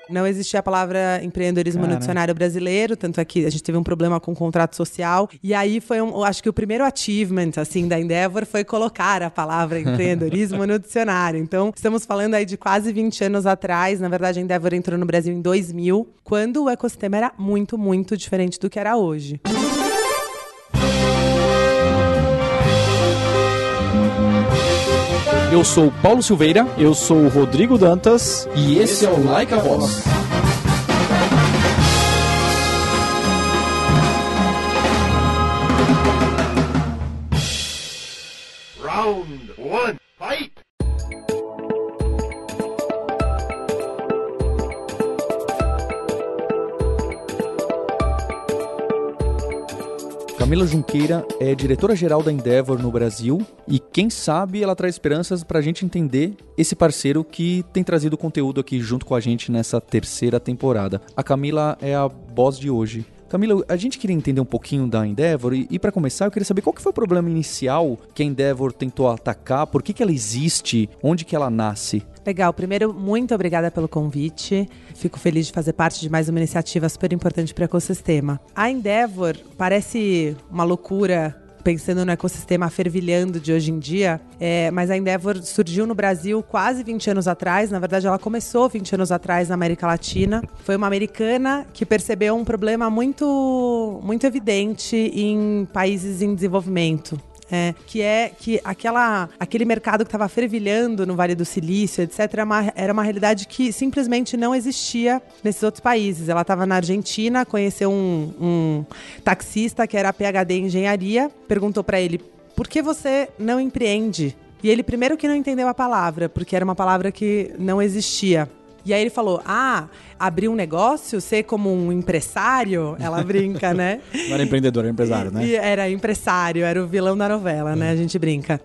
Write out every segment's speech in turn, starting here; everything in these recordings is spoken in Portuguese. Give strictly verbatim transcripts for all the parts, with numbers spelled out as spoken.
Não existia a palavra empreendedorismo Cara. no dicionário brasileiro, tanto é que a gente teve um problema com o contrato social. E aí foi, um, acho que o primeiro achievement, assim, da Endeavor foi colocar a palavra empreendedorismo no dicionário. Então, estamos falando aí de quase vinte anos atrás. Na verdade, a Endeavor entrou no Brasil em dois mil, quando o ecossistema era muito, muito diferente do que era hoje. Eu sou o Paulo Silveira. Eu sou o Rodrigo Dantas. E esse é o Like a Voz. Round one, fight! Camila Junqueira é diretora-geral da Endeavor no Brasil e, quem sabe, ela traz esperanças para a gente entender esse parceiro que tem trazido conteúdo aqui junto com a gente nessa terceira temporada. A Camila é a boss de hoje. Camila, a gente queria entender um pouquinho da Endeavor e, e para começar, eu queria saber qual que foi o problema inicial que a Endeavor tentou atacar, por que que ela existe, onde que ela nasce? Legal, primeiro, muito obrigada pelo convite. Fico feliz de fazer parte de mais uma iniciativa super importante para o ecossistema. A Endeavor parece uma loucura, pensando no ecossistema fervilhando de hoje em dia, é, mas a Endeavor surgiu no Brasil quase vinte anos atrás. Na verdade, ela começou vinte anos atrás na América Latina. Foi uma americana que percebeu um problema muito, muito evidente em países em desenvolvimento. É, que é que aquela, aquele mercado que estava fervilhando no Vale do Silício, etcétera, era uma, era uma realidade que simplesmente não existia nesses outros países. Ela estava na Argentina, conheceu um, um taxista que era P H D em engenharia, perguntou para ele, por que você não empreende? E ele primeiro que não entendeu a palavra, porque era uma palavra que não existia. E aí ele falou, ah, abrir um negócio, ser como um empresário, ela brinca, né? Não era empreendedor, era empresário, né? E era empresário, era o vilão da novela, é. né? A gente brinca.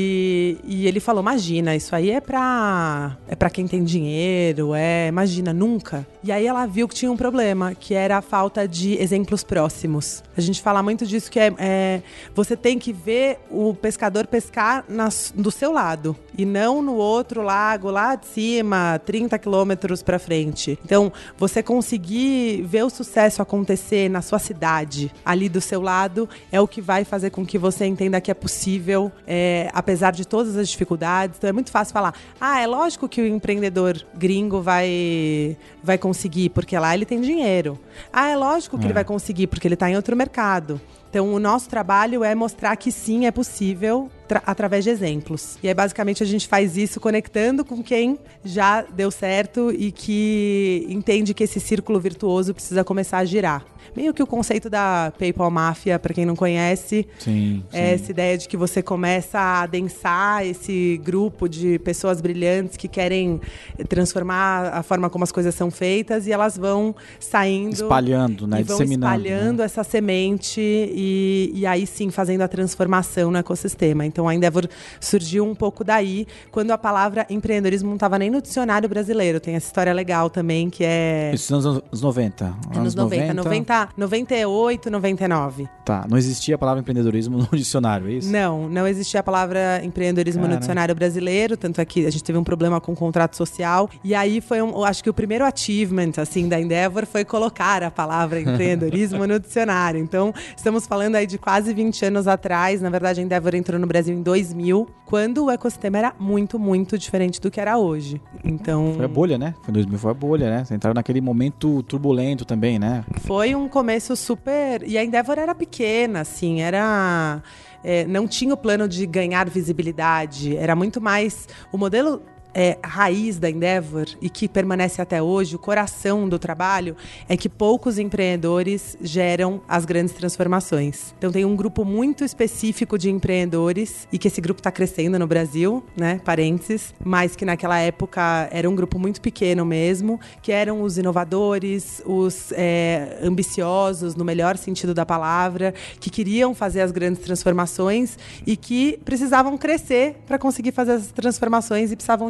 E, e ele falou, imagina, isso aí é pra, é pra quem tem dinheiro, é, imagina, nunca. E aí ela viu que tinha um problema, que era a falta de exemplos próximos. A gente fala muito disso, que é, é você tem que ver o pescador pescar na, do seu lado, e não no outro lago, lá de cima, trinta quilômetros pra frente. Então, você conseguir ver o sucesso acontecer na sua cidade, ali do seu lado, é o que vai fazer com que você entenda que é possível, é, apesar de todas as dificuldades. Então, é muito fácil falar, ah, é lógico que o empreendedor gringo vai, vai conseguir, porque lá ele tem dinheiro. Ah, é lógico que é. ele vai conseguir, porque ele está em outro mercado. Então, o nosso trabalho é mostrar que sim, é possível tra- através de exemplos. E aí, basicamente, a gente faz isso conectando com quem já deu certo e que entende que esse círculo virtuoso precisa começar a girar. Meio que o conceito da PayPal Máfia, para quem não conhece, sim, é sim. essa ideia de que você começa a adensar esse grupo de pessoas brilhantes que querem transformar a forma como as coisas são feitas e elas vão saindo... Espalhando, né? E vão disseminando, espalhando né? essa semente e, e aí sim fazendo a transformação no ecossistema. Então a Endeavor surgiu um pouco daí, quando a palavra empreendedorismo não estava nem no dicionário brasileiro. Tem essa história legal também, que é... Isso nos anos noventa. Anos noventa, noventa, noventa e oito, noventa e nove. Tá, não existia a palavra empreendedorismo no dicionário, é isso? Não, não existia a palavra empreendedorismo Cara. no dicionário brasileiro, tanto é que a gente teve um problema com o contrato social. E aí foi, um, acho que o primeiro achievement, assim, da Endeavor foi colocar a palavra empreendedorismo no dicionário. Então, estamos falando aí de quase vinte anos atrás. Na verdade, a Endeavor entrou no Brasil em dois mil, quando o ecossistema era muito, muito diferente do que era hoje. Então... Foi a bolha, né? Foi dois mil, foi a bolha, né? Vocês entraram naquele momento turbulento também, né? Foi um começo super... E a Endeavor era pequena, assim, era... É, não tinha o plano de ganhar visibilidade, era muito mais... O modelo... É, raiz da Endeavor e que permanece até hoje, o coração do trabalho, é que poucos empreendedores geram as grandes transformações. Então tem um grupo muito específico de empreendedores e que esse grupo está crescendo no Brasil, né, parênteses, mas que naquela época era um grupo muito pequeno mesmo, que eram os inovadores, os é, ambiciosos, no melhor sentido da palavra, que queriam fazer as grandes transformações e que precisavam crescer para conseguir fazer as transformações e precisavam de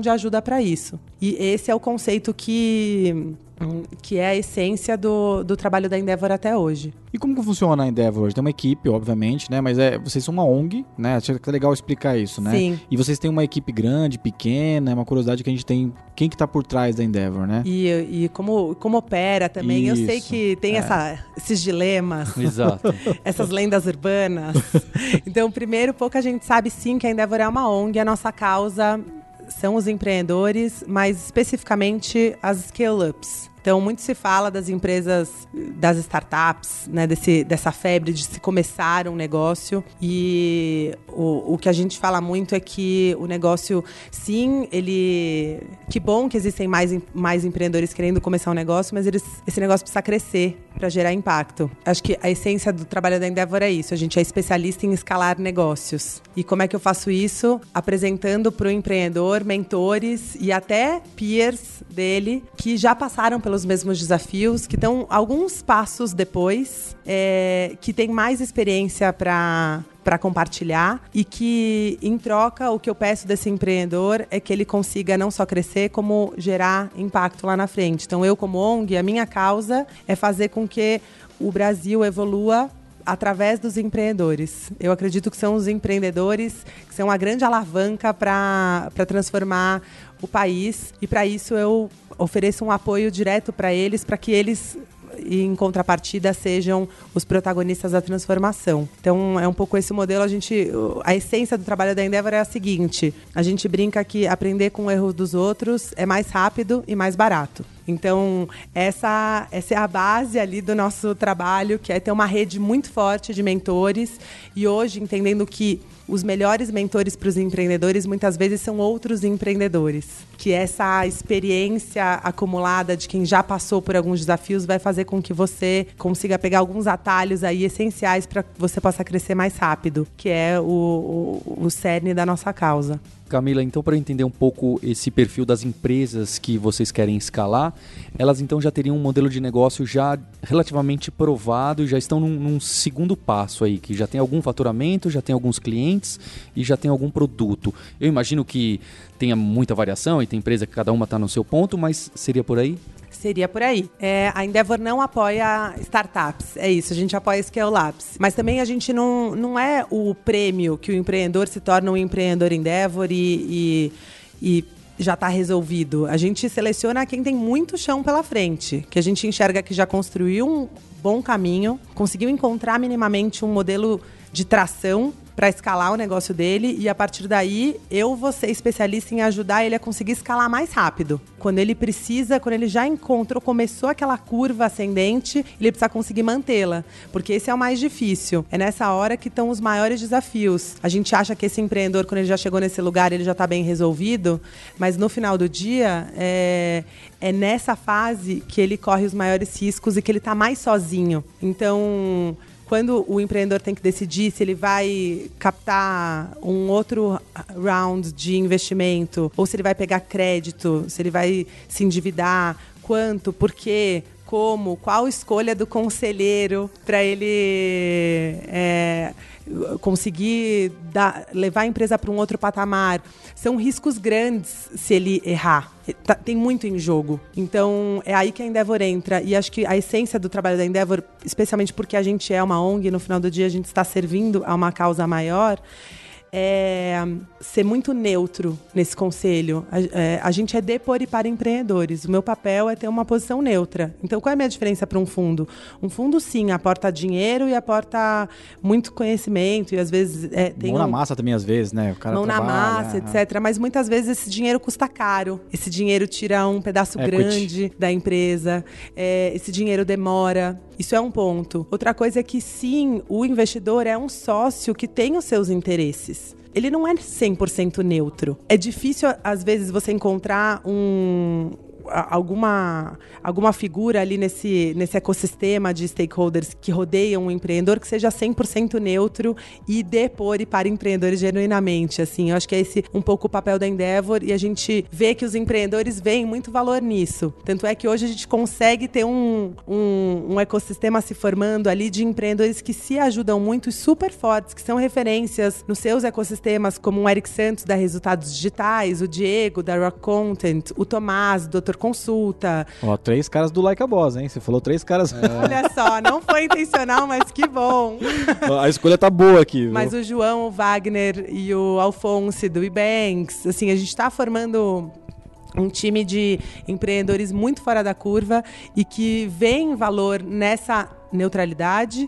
ajuda para isso. E esse é o conceito que... que é a essência do, do trabalho da Endeavor até hoje. E como que funciona a Endeavor? Tem uma equipe, obviamente, né? Mas é, vocês são uma O N G, né? Acho que é legal explicar isso, né? Sim. E vocês têm uma equipe grande, pequena, é uma curiosidade que a gente tem. Quem que tá por trás da Endeavor, né? E, e como, como opera também. Isso, eu sei que tem é. essa, esses dilemas. Exato. Essas lendas urbanas. Então, primeiro, pouca gente sabe sim que a Endeavor é uma O N G. A nossa causa são os empreendedores, mas especificamente as scale-ups. Então, muito se fala das empresas, das startups, né, desse, dessa febre de se começar um negócio. E o, o que a gente fala muito é que o negócio, sim, ele... Que bom que existem mais, mais empreendedores querendo começar um negócio, mas eles, esse negócio precisa crescer para gerar impacto. Acho que a essência do trabalho da Endeavor é isso. A gente é especialista em escalar negócios. E como é que eu faço isso? Apresentando para o empreendedor mentores e até peers dele que já passaram pelo pelos mesmos desafios, que estão alguns passos depois, é, que tem mais experiência para para compartilhar e que, em troca, o que eu peço desse empreendedor é que ele consiga não só crescer, como gerar impacto lá na frente. Então, eu, como O N G, a minha causa é fazer com que o Brasil evolua através dos empreendedores. Eu acredito que são os empreendedores que são a grande alavanca para para transformar o país, e para isso eu ofereço um apoio direto para eles, para que eles, em contrapartida, sejam os protagonistas da transformação. Então, é um pouco esse modelo. A gente, a essência do trabalho da Endeavor é a seguinte: a gente brinca que aprender com o erro dos outros é mais rápido e mais barato. Então, essa, essa é a base ali do nosso trabalho, que é ter uma rede muito forte de mentores. E hoje, entendendo que os melhores mentores para os empreendedores muitas vezes são outros empreendedores. Que essa experiência acumulada de quem já passou por alguns desafios vai fazer com que você consiga pegar alguns atalhos aí essenciais para que você possa crescer mais rápido, que é o, o, o cerne da nossa causa. Camila, então, para eu entender um pouco esse perfil das empresas que vocês querem escalar, elas então já teriam um modelo de negócio já relativamente provado e já estão num, num segundo passo aí, que já tem algum faturamento, já tem alguns clientes e já tem algum produto. Eu imagino que tenha muita variação e tem empresa que cada uma está no seu ponto, mas seria por aí? Seria por aí. É, a Endeavor não apoia startups, é isso, a gente apoia scale-ups. Mas também a gente não, não é o prêmio que o empreendedor se torna um empreendedor Endeavor e, e, e já está resolvido. A gente seleciona quem tem muito chão pela frente, que a gente enxerga que já construiu um bom caminho, conseguiu encontrar minimamente um modelo de tração para escalar o negócio dele, e a partir daí eu vou ser especialista em ajudar ele a conseguir escalar mais rápido. Quando ele precisa, quando ele já encontrou, começou aquela curva ascendente, ele precisa conseguir mantê-la, porque esse é o mais difícil. É nessa hora que estão os maiores desafios. A gente acha que esse empreendedor, quando ele já chegou nesse lugar, ele já está bem resolvido, mas no final do dia, é, é nessa fase que ele corre os maiores riscos e que ele está mais sozinho. Então, quando o empreendedor tem que decidir se ele vai captar um outro round de investimento, ou se ele vai pegar crédito, se ele vai se endividar, quanto, por quê, como, qual escolha do conselheiro para ele é, conseguir dar, levar a empresa para um outro patamar. São riscos grandes se ele errar. Tem muito em jogo. Então, é aí que a Endeavor entra. E acho que a essência do trabalho da Endeavor, especialmente porque a gente é uma O N G, no final do dia a gente está servindo a uma causa maior, é ser muito neutro nesse conselho. A, é, a gente é de, por e para empreendedores. O meu papel é ter uma posição neutra. Então, qual é a minha diferença para um fundo? Um fundo, sim, aporta dinheiro e aporta muito conhecimento. E, às vezes, é, tem mão um... na massa também, às vezes, né? O cara mão trabalha, na massa, é, etcétera. Mas, muitas vezes, esse dinheiro custa caro. Esse dinheiro tira um pedaço Equity. grande da empresa. É, esse dinheiro demora. Isso é um ponto. Outra coisa é que, sim, o investidor é um sócio que tem os seus interesses. Ele não é cem por cento neutro. É difícil, às vezes, você encontrar um... alguma, alguma figura ali nesse, nesse ecossistema de stakeholders que rodeiam o empreendedor que seja cem por cento neutro e de, por e para empreendedores genuinamente. Assim, eu acho que é esse um pouco o papel da Endeavor e a gente vê que os empreendedores veem muito valor nisso. Tanto é que hoje a gente consegue ter um, um, um ecossistema se formando ali de empreendedores que se ajudam muito e super fortes, que são referências nos seus ecossistemas, como o Eric Santos, da Resultados Digitais, o Diego, da Rock Content, o Tomás, do doutor Consulta. Ó, três caras do Like a Boss, hein? Você falou três caras... É. Olha só, não foi intencional, mas que bom. A escolha tá boa aqui. Viu? Mas o João, o Wagner e o Alphonse do Ebanks, assim, a gente tá formando um time de empreendedores muito fora da curva e que veem valor nessa neutralidade,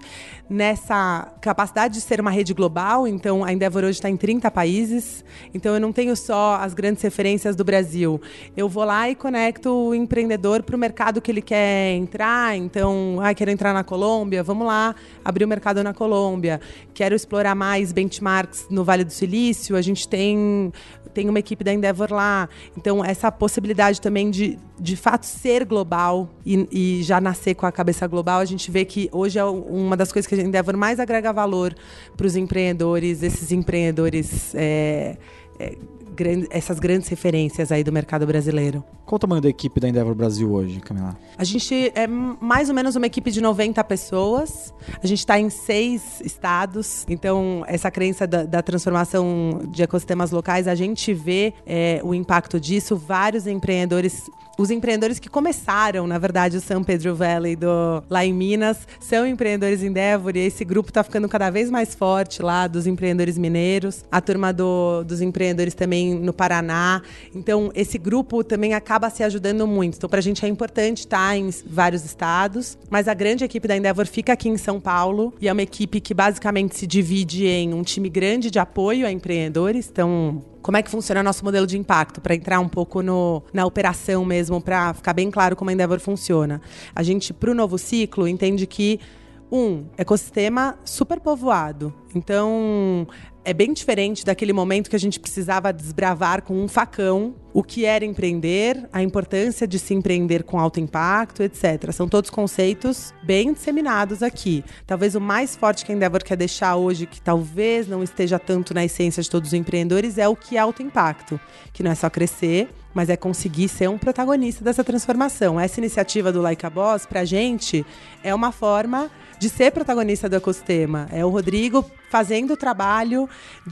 nessa capacidade de ser uma rede global. Então, a Endeavor hoje está em trinta países. Então, eu não tenho só as grandes referências do Brasil. Eu vou lá e conecto o empreendedor para o mercado que ele quer entrar. Então, ah, quero entrar na Colômbia, vamos lá, abrir o mercado na Colômbia. Quero explorar mais benchmarks no Vale do Silício, a gente tem, tem uma equipe da Endeavor lá. Então, essa possibilidade também de, de fato, ser global e, e já nascer com a cabeça global, a gente vê que que hoje é uma das coisas que a Endeavor mais agrega valor para os empreendedores, esses empreendedores, é, é, grande, essas grandes referências aí do mercado brasileiro. Qual o tamanho da equipe da Endeavor Brasil hoje, Camila? A gente é mais ou menos uma equipe de noventa pessoas. A gente está em seis estados. Então, essa crença da, da transformação de ecossistemas locais, a gente vê é, o impacto disso. Vários empreendedores... Os empreendedores que começaram, na verdade, o São Pedro Valley do, lá em Minas, são empreendedores Endeavor, e esse grupo está ficando cada vez mais forte lá, dos empreendedores mineiros, a turma do, dos empreendedores também no Paraná. Então, esse grupo também acaba se ajudando muito. Então, para a gente é importante estar em vários estados, mas a grande equipe da Endeavor fica aqui em São Paulo, e é uma equipe que basicamente se divide em um time grande de apoio a empreendedores. Então, como é que funciona o nosso modelo de impacto? Para entrar um pouco no, na operação mesmo, para ficar bem claro como a Endeavor funciona. A gente, para o novo ciclo, entende que, um, ecossistema super povoado. Então, é bem diferente daquele momento que a gente precisava desbravar com um facão o que era empreender, a importância de se empreender com alto impacto, etcétera. São todos conceitos bem disseminados aqui. Talvez o mais forte que a Endeavor quer deixar hoje, que talvez não esteja tanto na essência de todos os empreendedores, é o que é alto impacto, que não é só crescer, mas é conseguir ser um protagonista dessa transformação. Essa iniciativa do Like a Boss, pra gente, é uma forma de ser protagonista do ecossistema. É o Rodrigo fazendo o trabalho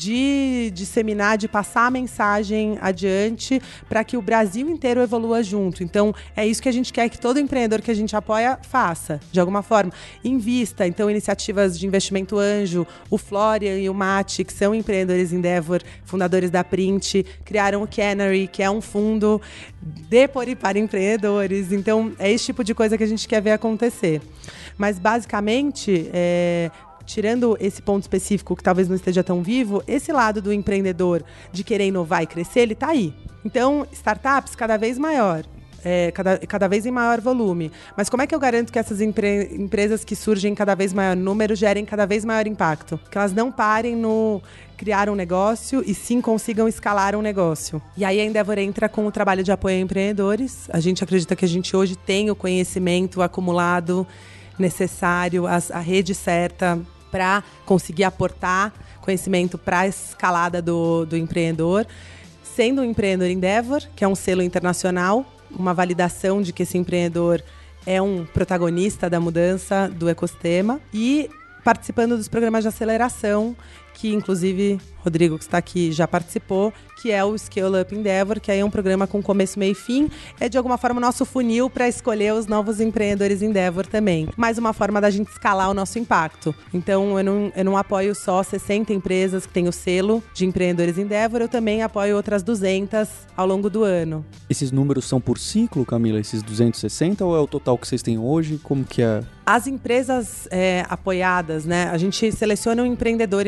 de disseminar, de passar a mensagem adiante para que o Brasil inteiro evolua junto. Então, é isso que a gente quer que todo empreendedor que a gente apoia faça, de alguma forma. Invista. Então, iniciativas de investimento anjo, o Florian e o Mate, que são empreendedores Endeavor, fundadores da Print, criaram o Canary, que é um fundo de por e para empreendedores. Então, é esse tipo de coisa que a gente quer ver acontecer. Mas, basicamente, é, tirando esse ponto específico que talvez não esteja tão vivo, esse lado do empreendedor de querer inovar e crescer, ele está aí. Então, startups cada vez maior. É, cada, cada vez em maior volume. Mas como é que eu garanto que essas empre- empresas que surgem em cada vez maior número gerem cada vez maior impacto? Que elas não parem no criar um negócio e sim consigam escalar um negócio. E aí a Endeavor entra com o trabalho de apoio a empreendedores. A gente acredita que a gente hoje tem o conhecimento acumulado necessário, a, a rede certa para conseguir aportar conhecimento para a escalada do, do empreendedor. Sendo um empreendedor Endeavor, que é um selo internacional, uma validação de que esse empreendedor é um protagonista da mudança do ecossistema e participando dos programas de aceleração, que inclusive Rodrigo, que está aqui, já participou, que é o Scale Up Endeavor, que aí é um programa com começo, meio e fim. É, de alguma forma, o nosso funil para escolher os novos empreendedores Endeavor também. Mais uma forma da gente escalar o nosso impacto. Então, eu não, eu não apoio só sessenta empresas que têm o selo de empreendedores Endeavor, eu também apoio outras duzentas ao longo do ano. Esses números são por ciclo, Camila? Esses duzentos e sessenta ou é o total que vocês têm hoje? Como que é? As empresas é, apoiadas, né? A gente seleciona um empreendedor e não a empresa.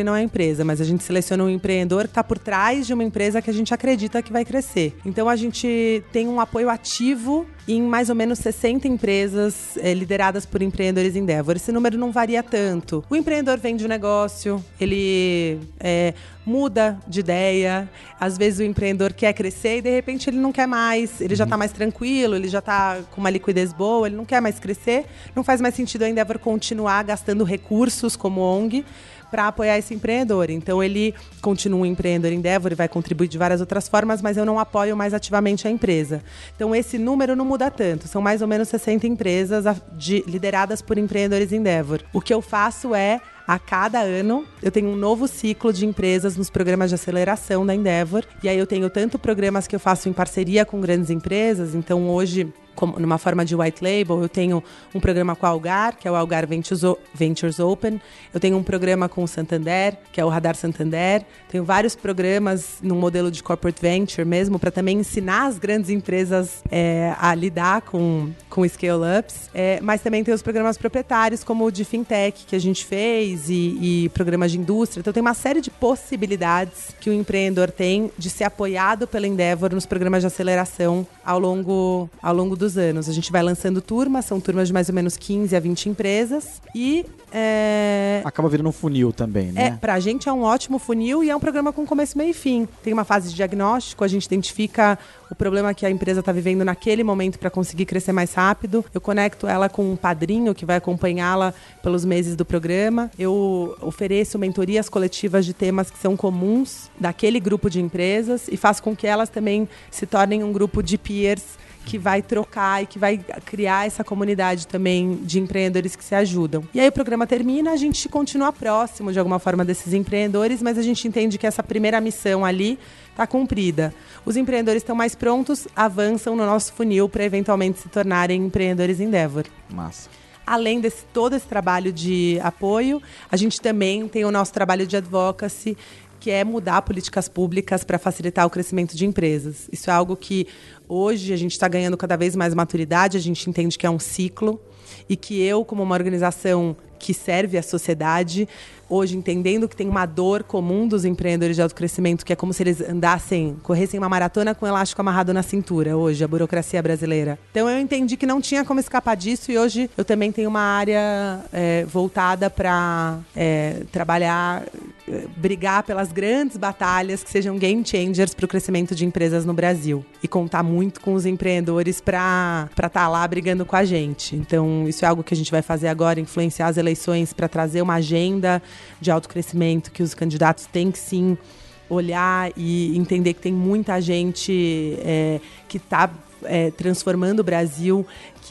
empresa, mas a gente seleciona um empreendedor que está por trás de uma empresa que a gente acredita que vai crescer. Então a gente tem um apoio ativo em mais ou menos sessenta empresas é, lideradas por empreendedores Endeavor. Esse número não varia tanto. O empreendedor vende o negócio, ele é, muda de ideia. Às vezes o empreendedor quer crescer e de repente ele não quer mais. Ele já está mais tranquilo, ele já está com uma liquidez boa, ele não quer mais crescer. Não faz mais sentido a Endeavor continuar gastando recursos como O N G para apoiar esse empreendedor. Então ele continua um empreendedor Endeavor e vai contribuir de várias outras formas, mas eu não apoio mais ativamente a empresa. Então esse número não muda tanto, são mais ou menos sessenta empresas de, lideradas por empreendedores Endeavor. O que eu faço é, a cada ano, eu tenho um novo ciclo de empresas nos programas de aceleração da Endeavor, e aí eu tenho tanto programas que eu faço em parceria com grandes empresas, então hoje, como numa forma de white label, eu tenho um programa com a Algar, que é o Algar Ventures Open. Eu tenho um programa com o Santander, que é o Radar Santander. Tenho vários programas num modelo de corporate venture mesmo, para também ensinar as grandes empresas é, a lidar com, com scale-ups. É, mas também tem os programas proprietários, como o de fintech que a gente fez e, e programas de indústria. Então tem uma série de possibilidades que o empreendedor tem de ser apoiado pela Endeavor nos programas de aceleração ao longo, ao longo do dos anos. A gente vai lançando turmas, são turmas de mais ou menos quinze a vinte empresas e... É... acaba virando um funil também, né? É, pra gente é um ótimo funil e é um programa com começo, meio e fim. Tem uma fase de diagnóstico, a gente identifica o problema que a empresa está vivendo naquele momento para conseguir crescer mais rápido. Eu conecto ela com um padrinho que vai acompanhá-la pelos meses do programa. Eu ofereço mentorias coletivas de temas que são comuns daquele grupo de empresas e faço com que elas também se tornem um grupo de peers que vai trocar e que vai criar essa comunidade também de empreendedores que se ajudam. E aí o programa termina, a gente continua próximo de alguma forma desses empreendedores, mas a gente entende que essa primeira missão ali está cumprida. Os empreendedores estão mais prontos, avançam no nosso funil para eventualmente se tornarem empreendedores Endeavor. Massa. Além desse todo esse trabalho de apoio, a gente também tem o nosso trabalho de advocacy, que é mudar políticas públicas para facilitar o crescimento de empresas. Isso é algo que hoje a gente está ganhando cada vez mais maturidade, a gente entende que é um ciclo e que eu, como uma organização que serve à sociedade, hoje entendendo que tem uma dor comum dos empreendedores de alto crescimento, que é como se eles andassem, corressem uma maratona com um elástico amarrado na cintura, hoje, a burocracia brasileira. Então eu entendi que não tinha como escapar disso e hoje eu também tenho uma área é, voltada para é, trabalhar, é, brigar pelas grandes batalhas que sejam game changers para o crescimento de empresas no Brasil e contar muito com os empreendedores para estar tá lá brigando com a gente. Então isso é algo que a gente vai fazer agora, influenciar as eleições para trazer uma agenda de autocrescimento que os candidatos têm que sim olhar e entender que tem muita gente é, que está é, transformando o Brasil,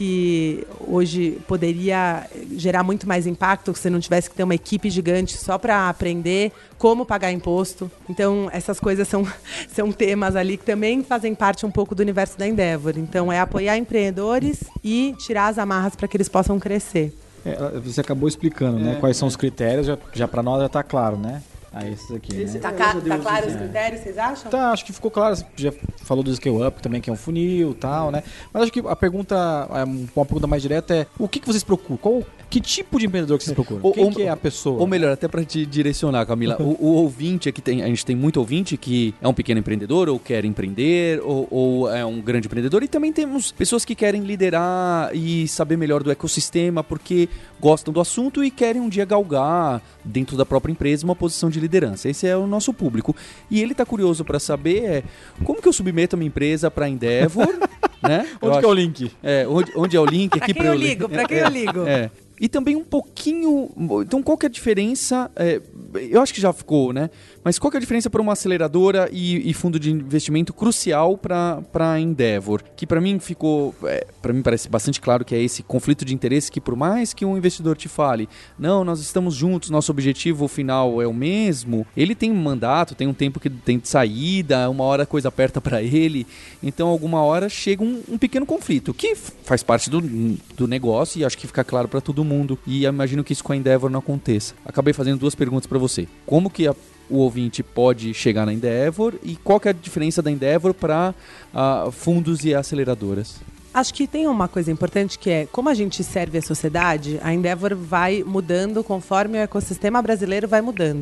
que hoje poderia gerar muito mais impacto se não tivesse que ter uma equipe gigante só para aprender como pagar imposto. Então, essas coisas são, são temas ali que também fazem parte um pouco do universo da Endeavor. Então, é apoiar empreendedores e tirar as amarras para que eles possam crescer. É, você acabou explicando, né? É, Quais são os critérios, já, já para nós já está claro, né? Ah, esses aqui, né? Tá, ca- tá claro os critérios, vocês acham? Tá, acho que ficou claro. Você já falou do Scale Up também, que é um funil e tal, né? Mas acho que a pergunta, uma pergunta mais direta é: o que, que vocês procuram? Qual, que tipo de empreendedor que vocês procuram? Ou, Quem ou, que é a pessoa? Ou melhor, até para te direcionar, Camila, o, o ouvinte aqui tem, a gente tem muito ouvinte que é um pequeno empreendedor ou quer empreender ou, ou é um grande empreendedor, e também temos pessoas que querem liderar e saber melhor do ecossistema porque gostam do assunto e querem um dia galgar dentro da própria empresa uma posição de liderança. Esse é o nosso público. E ele está curioso para saber é, como que eu submeto a minha empresa para a Endeavor, né? Onde que é o link? É, onde, onde é o link aqui para quem eu ligo? Para quem eu ligo? É. E também um pouquinho... Então, qual que é a diferença? É, eu acho que já ficou, né? Mas qual que é a diferença para uma aceleradora e, e fundo de investimento crucial para a Endeavor? Que para mim ficou... É, para mim parece bastante claro que é esse conflito de interesse que, por mais que um investidor te fale, não, nós estamos juntos, nosso objetivo final é o mesmo, ele tem um mandato, tem um tempo que tem de saída, uma hora a coisa aperta para ele, então alguma hora chega um, um pequeno conflito, que faz parte do, do negócio e acho que fica claro para todo mundo. E eu imagino que isso com a Endeavor não aconteça. Acabei fazendo duas perguntas para você. Como que a o ouvinte pode chegar na Endeavor e qual que é a diferença da Endeavor para uh, fundos e aceleradoras? Acho que tem uma coisa importante que é, como a gente serve a sociedade, a Endeavor vai mudando conforme o ecossistema brasileiro vai mudando.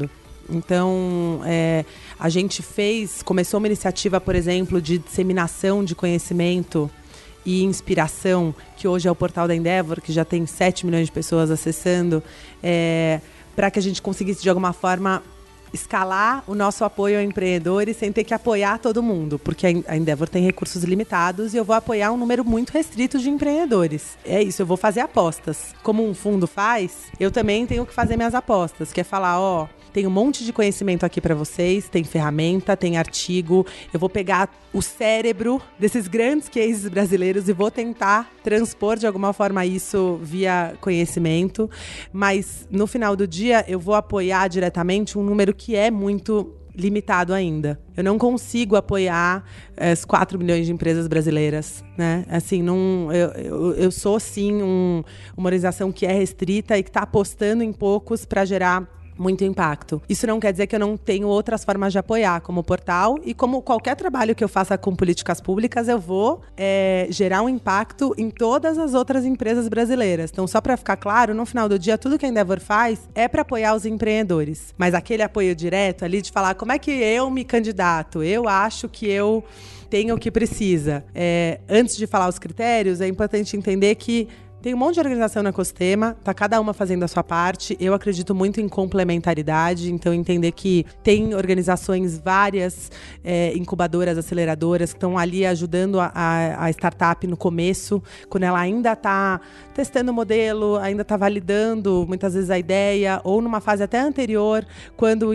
Então, é, a gente fez, começou uma iniciativa, por exemplo, de disseminação de conhecimento e inspiração, que hoje é o portal da Endeavor, que já tem sete milhões de pessoas acessando, é, para que a gente conseguisse, de alguma forma, escalar o nosso apoio a empreendedores sem ter que apoiar todo mundo, porque a Endeavor tem recursos limitados e eu vou apoiar um número muito restrito de empreendedores. É isso, eu vou fazer apostas. Como um fundo faz, eu também tenho que fazer minhas apostas, que é falar, ó, tem um monte de conhecimento aqui para vocês, tem ferramenta, tem artigo. Eu vou pegar o cérebro desses grandes cases brasileiros e vou tentar transpor de alguma forma isso via conhecimento. Mas no final do dia eu vou apoiar diretamente um número que é muito limitado ainda. Eu não consigo apoiar as quatro milhões de empresas brasileiras, né? Assim, não, eu, eu, eu sou sim um, uma organização que é restrita e que está apostando em poucos para gerar muito impacto. Isso não quer dizer que eu não tenho outras formas de apoiar, como o portal, e como qualquer trabalho que eu faça com políticas públicas, eu vou é, gerar um impacto em todas as outras empresas brasileiras. Então, só para ficar claro, no final do dia, tudo que a Endeavor faz é para apoiar os empreendedores. Mas aquele apoio direto ali de falar como é que eu me candidato, eu acho que eu tenho o que precisa. É, antes de falar os critérios, é importante entender que tem um monte de organização no ecossistema, tá cada uma fazendo a sua parte. Eu acredito muito em complementaridade, então entender que tem organizações várias, é, incubadoras, aceleradoras, que estão ali ajudando a, a, a startup no começo, quando ela ainda está testando o modelo, ainda está validando muitas vezes a ideia, ou numa fase até anterior, quando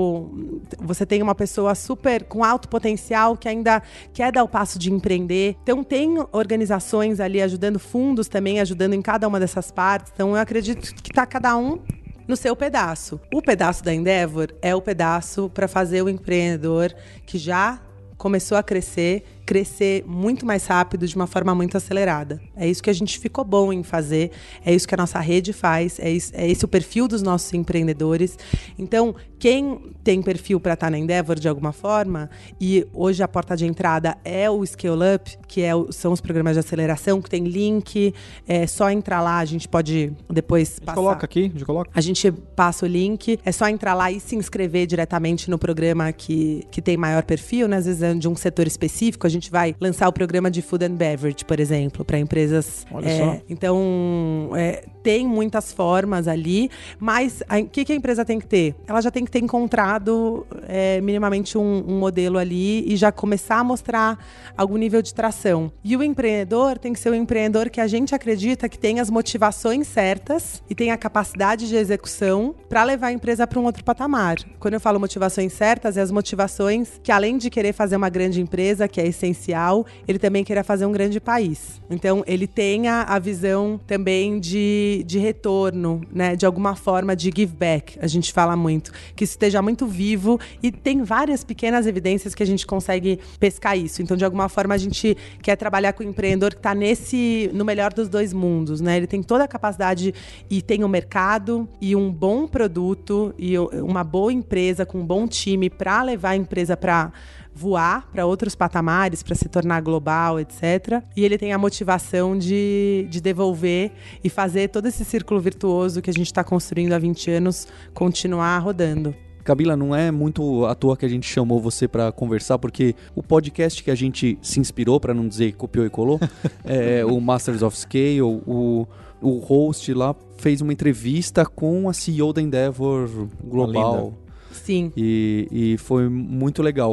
o, você tem uma pessoa super com alto potencial que ainda quer dar o passo de empreender. Então tem organizações ali ajudando, fundos também ajudando ajudando em cada uma dessas partes. Então, eu acredito que está cada um no seu pedaço. O pedaço da Endeavor é o pedaço para fazer o empreendedor que já começou a crescer, crescer muito mais rápido, de uma forma muito acelerada. É isso que a gente ficou bom em fazer, é isso que a nossa rede faz, é, isso, é esse o perfil dos nossos empreendedores. Então, quem tem perfil para estar na Endeavor de alguma forma, e hoje a porta de entrada é o Scale Up, que é o, são os programas de aceleração, que tem link, é só entrar lá, a gente pode depois passar. A gente coloca aqui, a gente coloca. A gente passa o link, é só entrar lá e se inscrever diretamente no programa que, que tem maior perfil, né? Às vezes é de um setor específico, a gente vai lançar o programa de Food and Beverage, por exemplo, para empresas. Olha é, só. Então, é, tem muitas formas ali, mas o que, que a empresa tem que ter? Ela já tem que ter encontrado é, minimamente um, um modelo ali e já começar a mostrar algum nível de tração. E o empreendedor tem que ser um empreendedor que a gente acredita que tem as motivações certas e tem a capacidade de execução para levar a empresa para um outro patamar. Quando eu falo motivações certas, é as motivações que, além de querer fazer uma grande empresa, que é essencial, ele também queira fazer um grande país. Então, ele tenha a visão também de, de retorno, né? De alguma forma de give back. A gente fala muito. Que isso esteja muito vivo e tem várias pequenas evidências que a gente consegue pescar isso. Então, de alguma forma, a gente quer trabalhar com o empreendedor que está nesse, no melhor dos dois mundos, né? Ele tem toda a capacidade e tem o mercado e um bom produto e uma boa empresa com um bom time para levar a empresa para voar para outros patamares, para se tornar global, etcétera. E ele tem a motivação de, de devolver e fazer todo esse círculo virtuoso que a gente está construindo há vinte anos continuar rodando. Camila, não é muito à toa que a gente chamou você para conversar, porque o podcast que a gente se inspirou, para não dizer copiou e colou, é o Masters of Scale, o, o host lá fez uma entrevista com a C E O da Endeavor Global. Sim. E, e foi muito legal.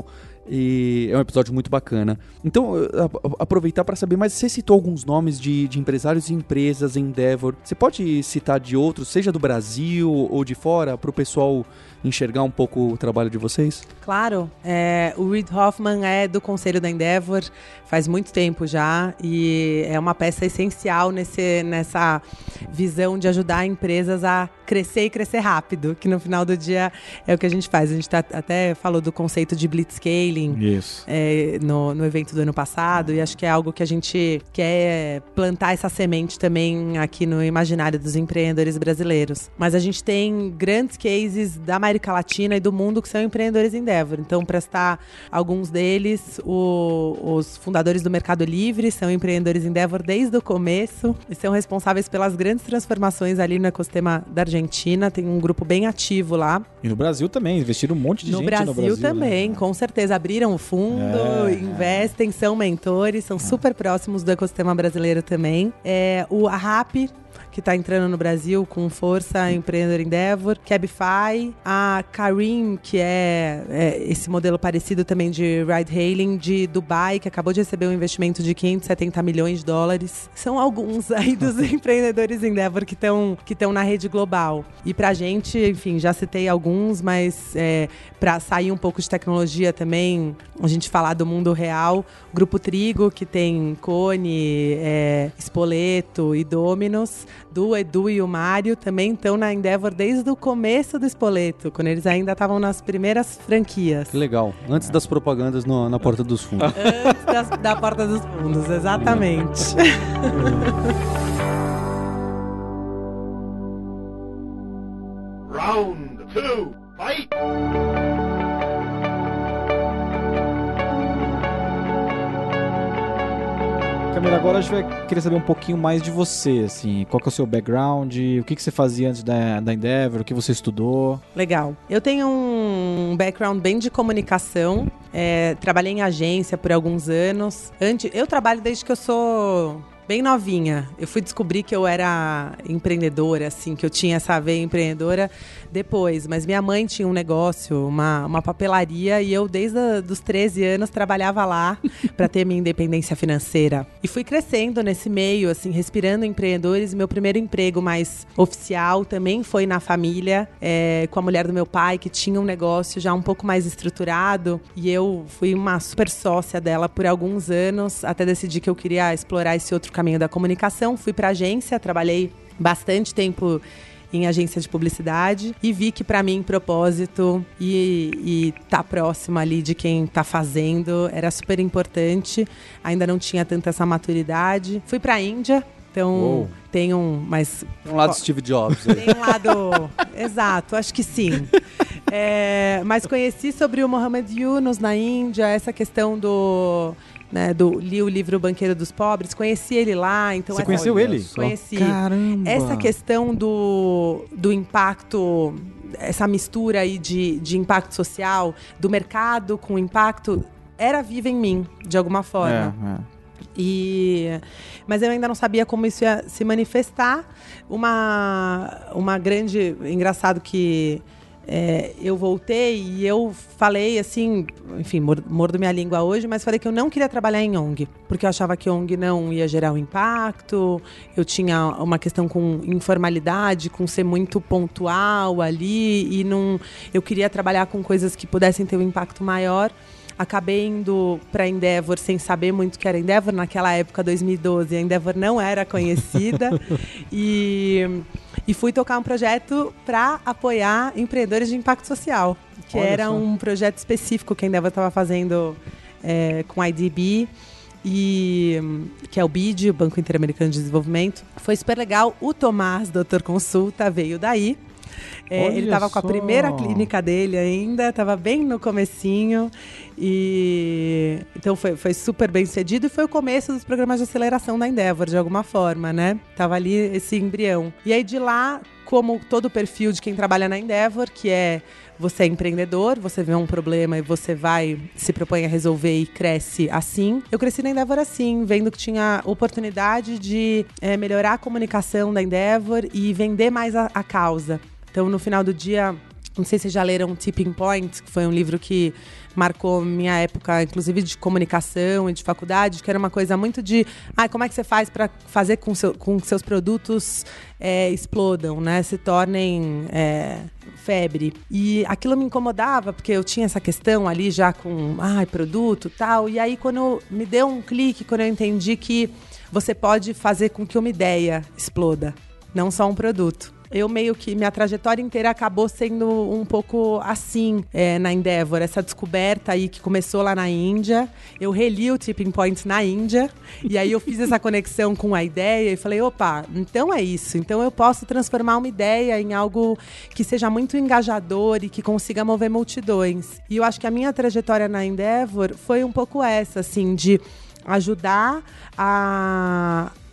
E é um episódio muito bacana. Então, aproveitar para saber, mas você citou alguns nomes de, de empresários e empresas em Endeavor. Você pode citar de outros, seja do Brasil ou de fora, para o pessoal enxergar um pouco o trabalho de vocês? Claro. É, o Reid Hoffman é do conselho da Endeavor faz muito tempo já e é uma peça essencial nesse, nessa visão de ajudar empresas a crescer e crescer rápido, que no final do dia é o que a gente faz. A gente tá, até falou do conceito de blitzscaling Isso. é, no, no evento do ano passado e acho que é algo que a gente quer plantar essa semente também aqui no imaginário dos empreendedores brasileiros. Mas a gente tem grandes cases da América Latina e do mundo que são empreendedores Endeavor. Então, para citar alguns deles, o, os fundadores do Mercado Livre são empreendedores Endeavor desde o começo e são responsáveis pelas grandes transformações ali no ecossistema da Argentina Argentina, tem um grupo bem ativo lá. E no Brasil também, investiram um monte de No gente Brasil no Brasil também, né? com certeza. Abriram o fundo, É, investem, são mentores, são super próximos do ecossistema brasileiro também. É, o, a Rappi, que está entrando no Brasil com força, Empreendedor Endeavor, Cabify, a Careem, que é, é esse modelo parecido também de ride-hailing de Dubai, que acabou de receber um investimento de quinhentos e setenta milhões de dólares. São alguns aí dos empreendedores Endeavor que estão que estão na rede global. E pra gente, enfim, já citei alguns, mas é, para sair um pouco de tecnologia também, a gente falar do mundo real, o Grupo Trigo, que tem Cone, é, Spoleto e Dominos, do Edu e o Mário também estão na Endeavor desde o começo do Spoleto, quando eles ainda estavam nas primeiras franquias. Que legal. Antes das propagandas no, na porta dos fundos. Antes das, da porta dos fundos, exatamente. Round two, fight! Camila, agora a gente vai querer saber um pouquinho mais de você, assim, qual que é o seu background, o que, que você fazia antes da, da Endeavor, o que você estudou. Legal. Eu tenho um background bem de comunicação, é, trabalhei em agência por alguns anos. Antes, eu trabalho desde que eu sou bem novinha. Eu fui descobrir que eu era empreendedora, assim, que eu tinha essa veia empreendedora depois. Mas minha mãe tinha um negócio, uma, uma papelaria, e eu, desde os treze anos, trabalhava lá para ter minha independência financeira. E fui crescendo nesse meio, assim, respirando empreendedores. Meu primeiro emprego mais oficial também foi na família, é, com a mulher do meu pai, que tinha um negócio já um pouco mais estruturado. E eu fui uma super sócia dela por alguns anos, até decidir que eu queria explorar esse outro caminho da comunicação. Fui para agência, trabalhei bastante tempo em agência de publicidade e vi que para mim propósito e, e tá próximo ali de quem tá fazendo era super importante. Ainda não tinha tanta essa maturidade. Fui para a Índia, então Uou. tem um, mas Tem um lado Steve Jobs aí. tem um lado, exato, acho que sim. É, mas conheci sobre o Muhammad Yunus na Índia, essa questão do Né, do, li o livro O Banqueiro dos Pobres, conheci ele lá. Então Você essa, conheceu ele? Conheci. Caramba! Essa questão do, do impacto, essa mistura aí de, de impacto social, do mercado com impacto, era viva em mim, de alguma forma. É, é. E, mas eu ainda não sabia como isso ia se manifestar. Uma, uma grande... Engraçado que... É, eu voltei e eu falei assim, enfim, mordo minha língua hoje, mas falei que eu não queria trabalhar em O N G, porque eu achava que O N G não ia gerar um impacto, eu tinha uma questão com informalidade, com ser muito pontual ali, e não, eu queria trabalhar com coisas que pudessem ter um impacto maior. Acabei indo para a Endeavor sem saber muito o que era Endeavor. Naquela época, dois mil e doze, a Endeavor não era conhecida. e, e fui tocar um projeto para apoiar empreendedores de impacto social, que Olha era só. um projeto específico que a Endeavor estava fazendo é, com a I D B, e, que é o B I D, o Banco Interamericano de Desenvolvimento. Foi super legal. O Tomás, doutor Consulta, veio daí. É, ele estava com a só. primeira clínica dele ainda, estava bem no comecinho. E então foi, foi super bem sucedido e foi o começo dos programas de aceleração da Endeavor, de alguma forma, né? Tava ali esse embrião. E aí de lá, como todo o perfil de quem trabalha na Endeavor, que é você é empreendedor, você vê um problema e você vai, se propõe a resolver e cresce assim. Eu cresci na Endeavor assim, vendo que tinha oportunidade de é, melhorar a comunicação da Endeavor e vender mais a, a causa. Então, no final do dia, não sei se vocês já leram Tipping Point, que foi um livro que marcou minha época, inclusive de comunicação e de faculdade, que era uma coisa muito de ah, como é que você faz para fazer com, seu, com que seus produtos é, explodam, né? Se tornem é, febre. E aquilo me incomodava, porque eu tinha essa questão ali já com ah, produto e tal. E aí, quando me deu um clique, quando eu entendi que você pode fazer com que uma ideia exploda, não só um produto. Eu meio que, minha trajetória inteira acabou sendo um pouco assim é, na Endeavor, essa descoberta aí que começou lá na Índia. Eu reli o Tipping Point na Índia, e aí eu fiz essa conexão com a ideia e falei, opa, então é isso. Então eu posso transformar uma ideia em algo que seja muito engajador e que consiga mover multidões. E eu acho que a minha trajetória na Endeavor foi um pouco essa, assim, de ajudar a...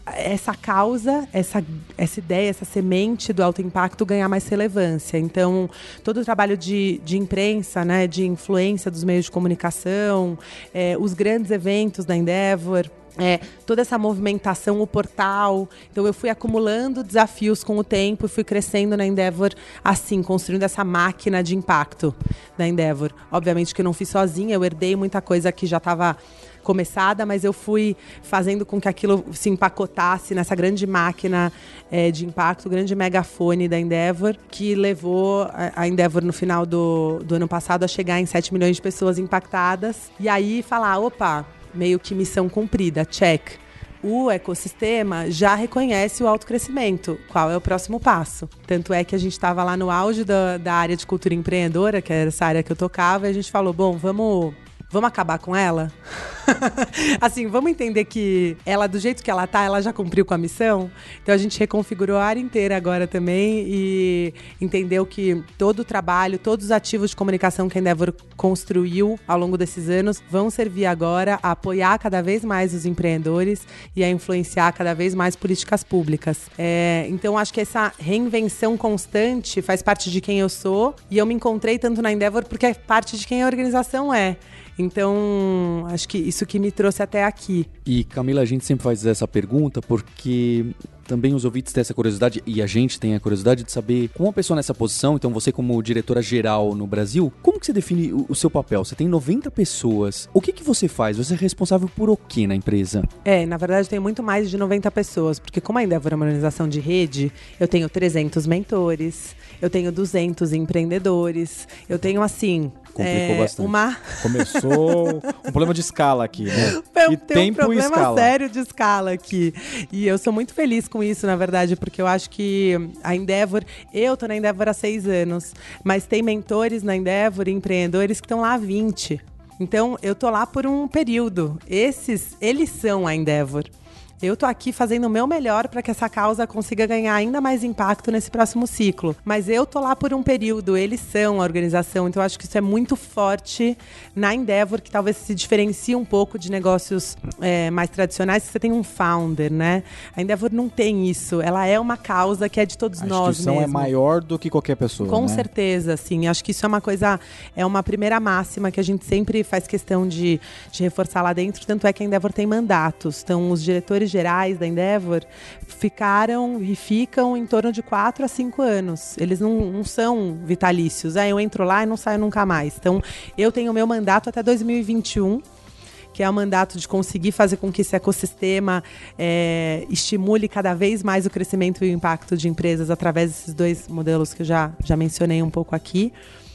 essa causa, essa, essa ideia, essa semente do alto impacto ganhar mais relevância. Então, todo o trabalho de, de imprensa, né, de influência dos meios de comunicação, é, os grandes eventos da Endeavor, É, toda essa movimentação, o portal. Então eu fui acumulando desafios com o tempo e fui crescendo na Endeavor assim, construindo essa máquina de impacto da Endeavor. Obviamente que eu não fiz sozinha, eu herdei muita coisa que já estava começada, mas eu fui fazendo com que aquilo se empacotasse nessa grande máquina é, de impacto, grande megafone da Endeavor, que levou a, a Endeavor no final do, do ano passado a chegar em sete milhões de pessoas impactadas. E aí falar, opa, meio que missão cumprida, check. O ecossistema já reconhece o autocrescimento. Qual é o próximo passo? Tanto é que a gente estava lá no auge da, da área de cultura empreendedora, que era essa área que eu tocava, e a gente falou, bom, vamos... Vamos acabar com ela? Assim, vamos entender que ela, do jeito que ela tá, ela já cumpriu com a missão? Então a gente reconfigurou a área inteira agora também e entendeu que todo o trabalho, todos os ativos de comunicação que a Endeavor construiu ao longo desses anos vão servir agora a apoiar cada vez mais os empreendedores e a influenciar cada vez mais políticas públicas. É, então acho que essa reinvenção constante faz parte de quem eu sou e eu me encontrei tanto na Endeavor porque é parte de quem a organização é. Então, acho que isso que me trouxe até aqui. E, Camila, a gente sempre faz essa pergunta porque também os ouvintes têm essa curiosidade, e a gente tem a curiosidade de saber, como uma pessoa nessa posição, então você como diretora-geral no Brasil, como que você define o, o seu papel? Você tem noventa pessoas. O que que você faz? Você é responsável por o quê na empresa? É, na verdade, eu tenho muito mais de noventa pessoas, porque como a Endeavor é uma organização de rede, eu tenho trezentos mentores, eu tenho duzentos empreendedores, eu tenho, assim... Complicou é, bastante. Uma... Começou um problema de escala aqui, né? Eu e tenho tempo um problema e escala. sério de escala aqui. E eu sou muito feliz com isso, na verdade, porque eu acho que a Endeavor... Eu tô na Endeavor há seis anos, mas tem mentores na Endeavor e empreendedores que estão lá há vinte. Então, eu tô lá por um período. Esses, eles são a Endeavor. Eu tô aqui fazendo o meu melhor para que essa causa consiga ganhar ainda mais impacto nesse próximo ciclo. Mas eu tô lá por um período, eles são a organização, então eu acho que isso é muito forte na Endeavor, que talvez se diferencie um pouco de negócios é, mais tradicionais, que você tem um founder, né? A Endeavor não tem isso, ela é uma causa que é de todos a nós mesmo. A instituição é maior do que qualquer pessoa, Com né? certeza, sim. Acho que isso é uma coisa, é uma primeira máxima que a gente sempre faz questão de, de reforçar lá dentro, tanto é que a Endeavor tem mandatos. Então, os diretores gerais da Endeavor ficaram e ficam em torno de quatro a cinco anos. Eles não, não são vitalícios. Ah, eu entro lá e não saio nunca mais. Então, eu tenho o meu mandato até dois mil e vinte e um, que é o mandato de conseguir fazer com que esse ecossistema é, estimule cada vez mais o crescimento e o impacto de empresas através desses dois modelos que eu já, já mencionei um pouco aqui.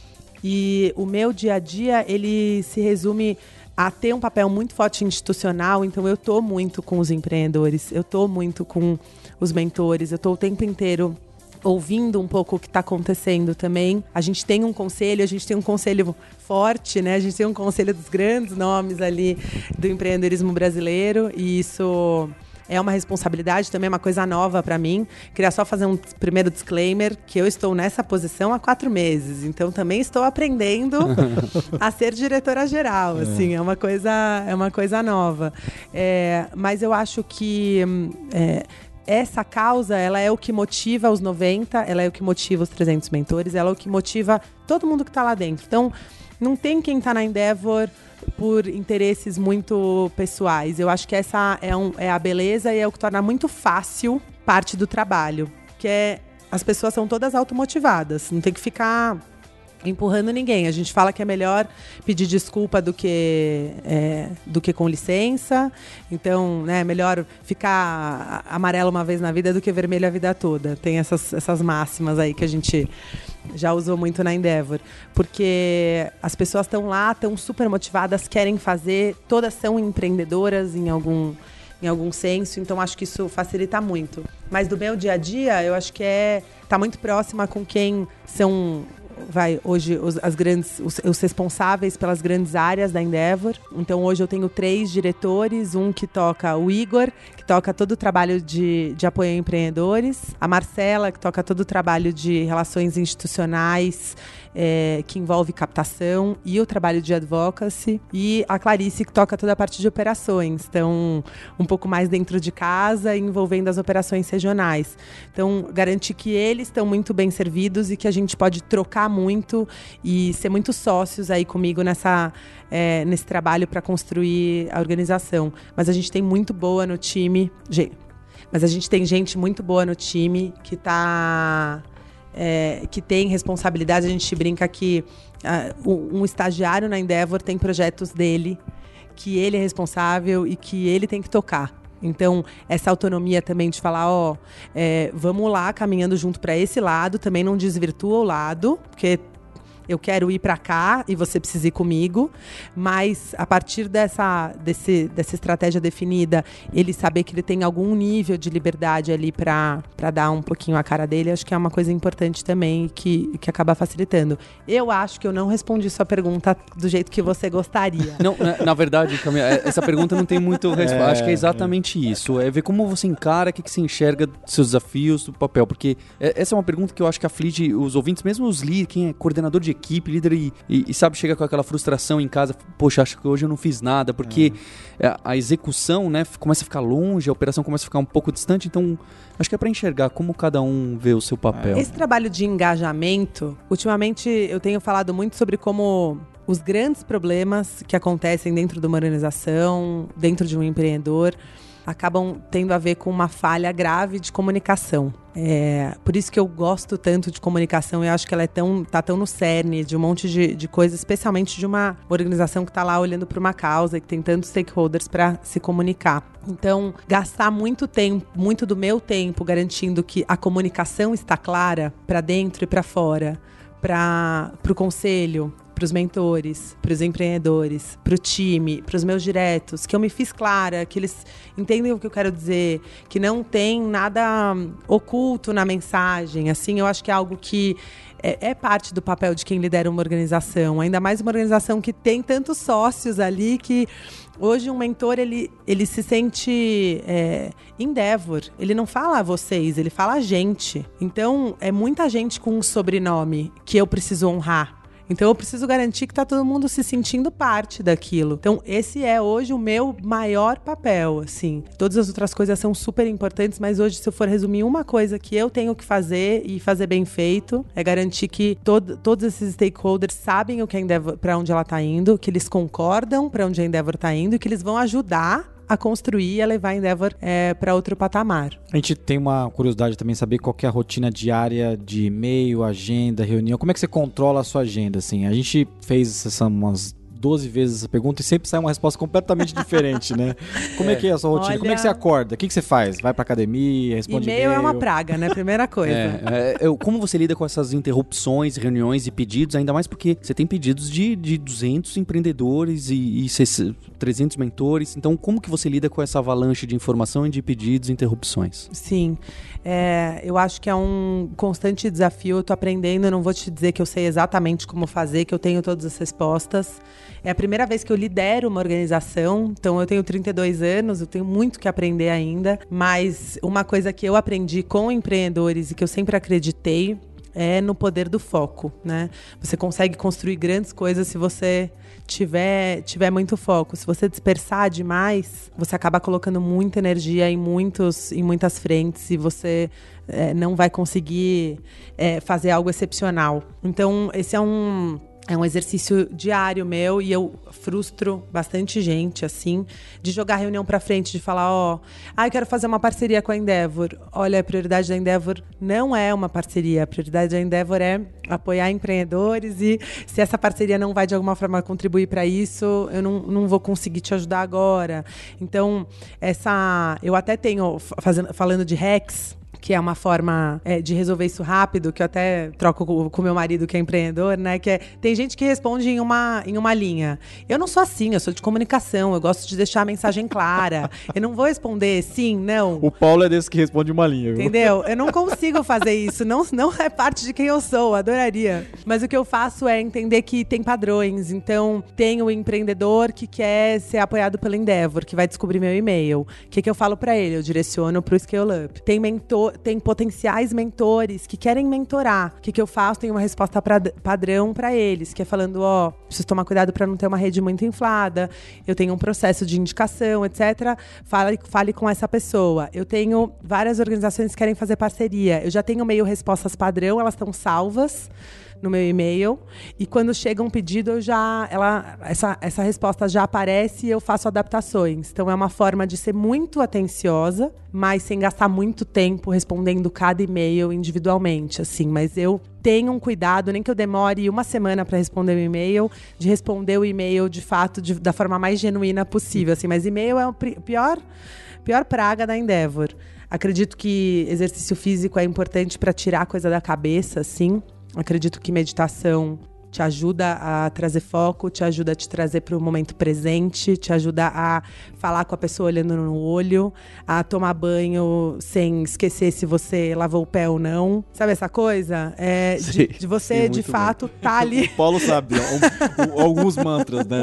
E o meu dia a dia, ele se resume a ter um papel muito forte institucional, então eu estou muito com os empreendedores, eu estou muito com os mentores, eu estou o tempo inteiro ouvindo um pouco o que está acontecendo também. A gente tem um conselho, a gente tem um conselho forte, né? A gente tem um conselho dos grandes nomes ali do empreendedorismo brasileiro, e isso é uma responsabilidade, também é uma coisa nova para mim. Queria só fazer um primeiro disclaimer, que eu estou nessa posição há quatro meses, então também estou aprendendo a ser diretora-geral, assim, é uma coisa, é uma coisa nova. É, mas eu acho que é, essa causa, ela é o que motiva os noventa, ela é o que motiva os trezentos mentores, ela é o que motiva todo mundo que está lá dentro. Então, não tem quem está na Endeavor por interesses muito pessoais. Eu acho que essa é, um, é a beleza e é o que torna muito fácil parte do trabalho, que é as pessoas são todas automotivadas, não tem que ficar empurrando ninguém. A gente fala que é melhor pedir desculpa do que, é, do que com licença. Então, né, é melhor ficar amarelo uma vez na vida do que vermelho a vida toda. Tem essas, essas máximas aí que a gente já usou muito na Endeavor. Porque as pessoas estão lá, estão super motivadas, querem fazer, todas são empreendedoras em algum, em algum senso. Então, acho que isso facilita muito. Mas do meu dia a dia, eu acho que é tá muito próxima com quem são... Vai, hoje, os, as grandes, os, os responsáveis pelas grandes áreas da Endeavor. Então, hoje eu tenho três diretores, um que toca o Igor, que toca todo o trabalho de, de apoio a empreendedores, a Marcela, que toca todo o trabalho de relações institucionais é, que envolve captação e o trabalho de advocacy, e a Clarice, que toca toda a parte de operações, então um pouco mais dentro de casa, envolvendo as operações regionais. Então, garantir que eles estão muito bem servidos e que a gente pode trocar muito e ser muito sócios aí comigo nessa, é, nesse trabalho para construir a organização. Mas a gente tem muito boa no time, gente, mas a gente tem gente muito boa no time que tá... É, que tem responsabilidade. A gente brinca que uh, um estagiário na Endeavor tem projetos dele, que ele é responsável e que ele tem que tocar. Então, essa autonomia também de falar, ó, é, vamos lá, caminhando junto para esse lado, também não desvirtua o lado, porque eu quero ir para cá e você precisa ir comigo, mas a partir dessa, desse, dessa estratégia definida, ele saber que ele tem algum nível de liberdade ali para dar um pouquinho a cara dele, acho que é uma coisa importante também que, que acaba facilitando. Eu acho que eu não respondi sua pergunta do jeito que você gostaria. Não, na, na verdade, Camila, essa pergunta não tem muito resposta. É, acho que é exatamente é. isso. É ver como você encara, o que, que você enxerga dos seus desafios, do papel. Porque essa é uma pergunta que eu acho que aflige os ouvintes, mesmo os líderes, quem é coordenador de equipe, líder e, e, e sabe, chega com aquela frustração em casa, poxa, acho que hoje eu não fiz nada, porque é. a, a execução, né, começa a ficar longe, a operação começa a ficar um pouco distante, então acho que é para enxergar como cada um vê o seu papel. Esse trabalho de engajamento, ultimamente eu tenho falado muito sobre como os grandes problemas que acontecem dentro de uma organização, dentro de um empreendedor, acabam tendo a ver com uma falha grave de comunicação. É, por isso que eu gosto tanto de comunicação, eu acho que ela é tão, tá tão no cerne de um monte de, de coisas, especialmente de uma organização que está lá olhando para uma causa e que tem tantos stakeholders para se comunicar. Então, gastar muito tempo, muito do meu tempo garantindo que a comunicação está clara para dentro e para fora, para o conselho, para os mentores, para os empreendedores, para o time, para os meus diretos, que eu me fiz clara, que eles entendem o que eu quero dizer, que não tem nada oculto na mensagem. Assim, eu acho que é algo que é, é parte do papel de quem lidera uma organização, ainda mais uma organização que tem tantos sócios ali que hoje um mentor, ele, ele se sente é, Endeavor. Ele não fala a vocês, ele fala a gente. Então, é muita gente com um sobrenome que eu preciso honrar. Então, eu preciso garantir que está todo mundo se sentindo parte daquilo. Então, esse é hoje o meu maior papel, assim. Todas as outras coisas são super importantes, mas hoje, se eu for resumir uma coisa que eu tenho que fazer e fazer bem feito, é garantir que todo, todos esses stakeholders sabem o que a Endeavor, para onde ela está indo, que eles concordam para onde a Endeavor está indo e que eles vão ajudar a construir e a levar a Endeavor é, para outro patamar. A gente tem uma curiosidade também, saber qual que é a rotina diária de e-mail, agenda, reunião. Como é que você controla a sua agenda? Assim? A gente fez essa, umas doze vezes essa pergunta e sempre sai uma resposta completamente diferente, né? Como é. é que é a sua rotina? Olha... Como é que você acorda? O que, que você faz? Vai pra academia, responde e-mail? E-mail é uma praga, né? Primeira coisa. É, é, como você lida com essas interrupções, reuniões e pedidos, ainda mais porque você tem pedidos de, de duzentos empreendedores e, e trezentos mentores. Então, como que você lida com essa avalanche de informação e de pedidos e interrupções? Sim. É, eu acho que é um constante desafio. Eu tô aprendendo, eu não vou te dizer que eu sei exatamente como fazer, que eu tenho todas as respostas. É a primeira vez que eu lidero uma organização, então eu tenho trinta e dois anos, eu tenho muito que aprender ainda, mas uma coisa que eu aprendi com empreendedores e que eu sempre acreditei é no poder do foco, né? Você consegue construir grandes coisas se você tiver, tiver muito foco. Se você dispersar demais, você acaba colocando muita energia em, muitos, em muitas frentes e você é, não vai conseguir é, fazer algo excepcional. Então, esse é um... É um exercício diário meu e eu frustro bastante gente, assim, de jogar a reunião pra frente, de falar, ó, oh, ah, eu quero fazer uma parceria com a Endeavor. Olha, a prioridade da Endeavor não é uma parceria, a prioridade da Endeavor é apoiar empreendedores e se essa parceria não vai de alguma forma contribuir para isso, eu não, não vou conseguir te ajudar agora. Então, essa, eu até tenho, fazendo, falando de hacks, que é uma forma é, de resolver isso rápido, que eu até troco com o meu marido, que é empreendedor, né? Que é, tem gente que responde em uma, em uma linha. Eu não sou assim, eu sou de comunicação, eu gosto de deixar a mensagem clara. Eu não vou responder sim, não. O Paulo é desse que responde uma linha, viu? Entendeu? Eu não consigo fazer isso, não, não é parte de quem eu sou, adoraria. Mas o que eu faço é entender que tem padrões. Então, tem o empreendedor que quer ser apoiado pelo Endeavor, que vai descobrir meu e-mail. O que, que eu falo pra ele? Eu direciono pro Scale Up. Tem mentor tenho, tem potenciais mentores que querem mentorar. O que, que eu faço? Tenho uma resposta pra, padrão para eles, que é falando, ó, preciso tomar cuidado para não ter uma rede muito inflada, eu tenho um processo de indicação, etcétera. Fale, fale com essa pessoa. Eu tenho várias organizações que querem fazer parceria. Eu já tenho meio respostas padrão, elas estão salvas no meu e-mail, e quando chega um pedido, eu já, ela, essa, essa resposta já aparece e eu faço adaptações. Então é uma forma de ser muito atenciosa, mas sem gastar muito tempo respondendo cada e-mail individualmente, assim. Mas eu tenho um cuidado, nem que eu demore uma semana para responder o e-mail, de responder o e-mail de fato de, da forma mais genuína possível, assim. Mas e-mail é o pior, pior praga da Endeavor. Acredito que exercício físico é importante para tirar a coisa da cabeça, assim. Acredito que meditação te ajuda a trazer foco, te ajuda a te trazer para o momento presente, te ajuda a falar com a pessoa olhando no olho, a tomar banho sem esquecer se você lavou o pé ou não. Sabe essa coisa? É, de, de você, sim, de fato, bem. Tá ali... O Paulo sabe, um, um, alguns mantras, né?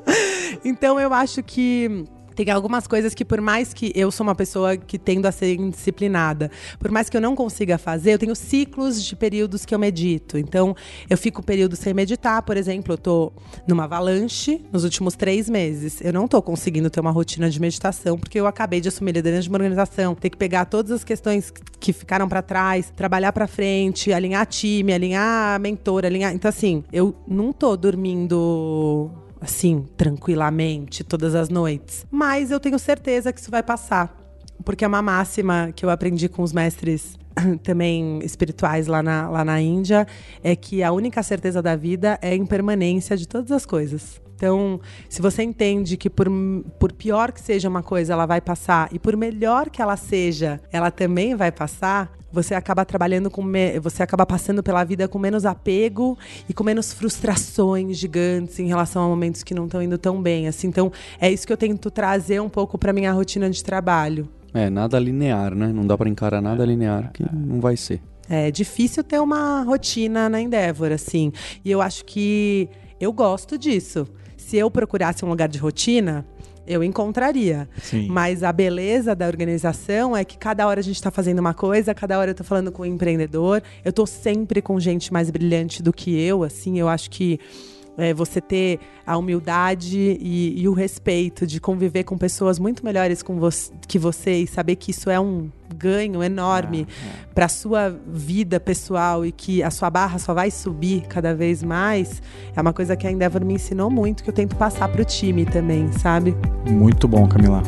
Então, eu acho que... Tem algumas coisas que, por mais que eu sou uma pessoa que tendo a ser indisciplinada, por mais que eu não consiga fazer, eu tenho ciclos de períodos que eu medito. Então, eu fico período sem meditar, por exemplo, eu tô numa avalanche nos últimos três meses. Eu não tô conseguindo ter uma rotina de meditação, porque eu acabei de assumir liderança de uma organização, ter que pegar todas as questões que ficaram pra trás, trabalhar pra frente, alinhar time, alinhar mentor, alinhar... Então, assim, eu não tô dormindo... assim, tranquilamente, todas as noites. Mas eu tenho certeza que isso vai passar. Porque é uma máxima que eu aprendi com os mestres também espirituais lá na, lá na Índia, é que a única certeza da vida é a impermanência de todas as coisas. Então, se você entende que por, por pior que seja uma coisa, ela vai passar, e por melhor que ela seja, ela também vai passar, você acaba trabalhando com me... você acaba passando pela vida com menos apego e com menos frustrações gigantes em relação a momentos que não estão indo tão bem, assim. Então, é isso que eu tento trazer um pouco para minha rotina de trabalho. É, nada linear, né? Não dá para encarar nada linear, que não vai ser. É difícil ter uma rotina na Endeavor, assim. E eu acho que eu gosto disso. Se eu procurasse um lugar de rotina, eu encontraria. Sim. Mas a beleza da organização é que cada hora a gente está fazendo uma coisa, cada hora eu estou falando com um empreendedor. Eu estou sempre com gente mais brilhante do que eu, assim. Eu acho que é, você ter a humildade e, e o respeito de conviver com pessoas muito melhores com vo- que você e saber que isso é um ganho enorme ah, é. para a sua vida pessoal e que a sua barra só vai subir cada vez mais, é uma coisa que a Endeavor me ensinou muito, que eu tento passar para o time também, sabe? Muito bom, Camila.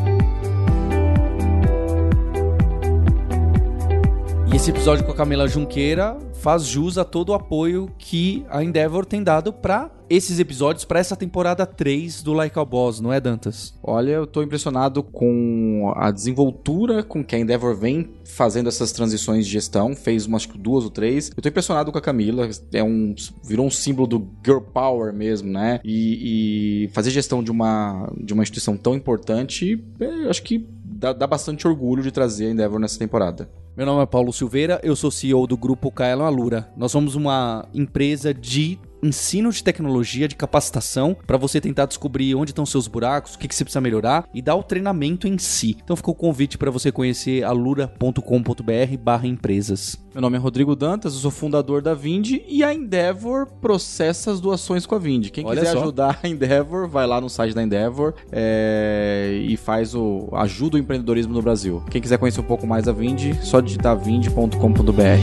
E esse episódio com a Camila Junqueira faz jus a todo o apoio que a Endeavor tem dado para esses episódios, para essa temporada três do Like a Boss, não é, Dantas? Olha, eu tô impressionado com a desenvoltura com que a Endeavor vem fazendo essas transições de gestão, fez umas duas ou três. Eu tô impressionado com a Camila, é um, virou um símbolo do girl power mesmo, né? E, e fazer gestão de uma, de uma instituição tão importante, eu acho que dá, dá bastante orgulho de trazer a Endeavor nessa temporada. Meu nome é Paulo Silveira, eu sou C E O do grupo Kaelon Alura. Nós somos uma empresa de ensino de tecnologia, de capacitação, para você tentar descobrir onde estão seus buracos, o que, que você precisa melhorar e dar o treinamento em si. Então ficou o convite para você conhecer alura ponto com ponto b r barra empresas. Meu nome é Rodrigo Dantas, eu sou fundador da Vindi e a Endeavor processa as doações com a Vindi. Quem Olha quiser só. ajudar a Endeavor, vai lá no site da Endeavor é, e faz o ajuda o empreendedorismo no Brasil. Quem quiser conhecer um pouco mais da Vindi, só digitar vindi ponto com ponto b r.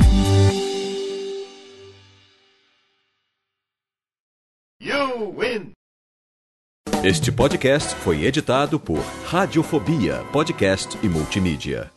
You win! Este podcast foi editado por Radiofobia, podcast e multimídia.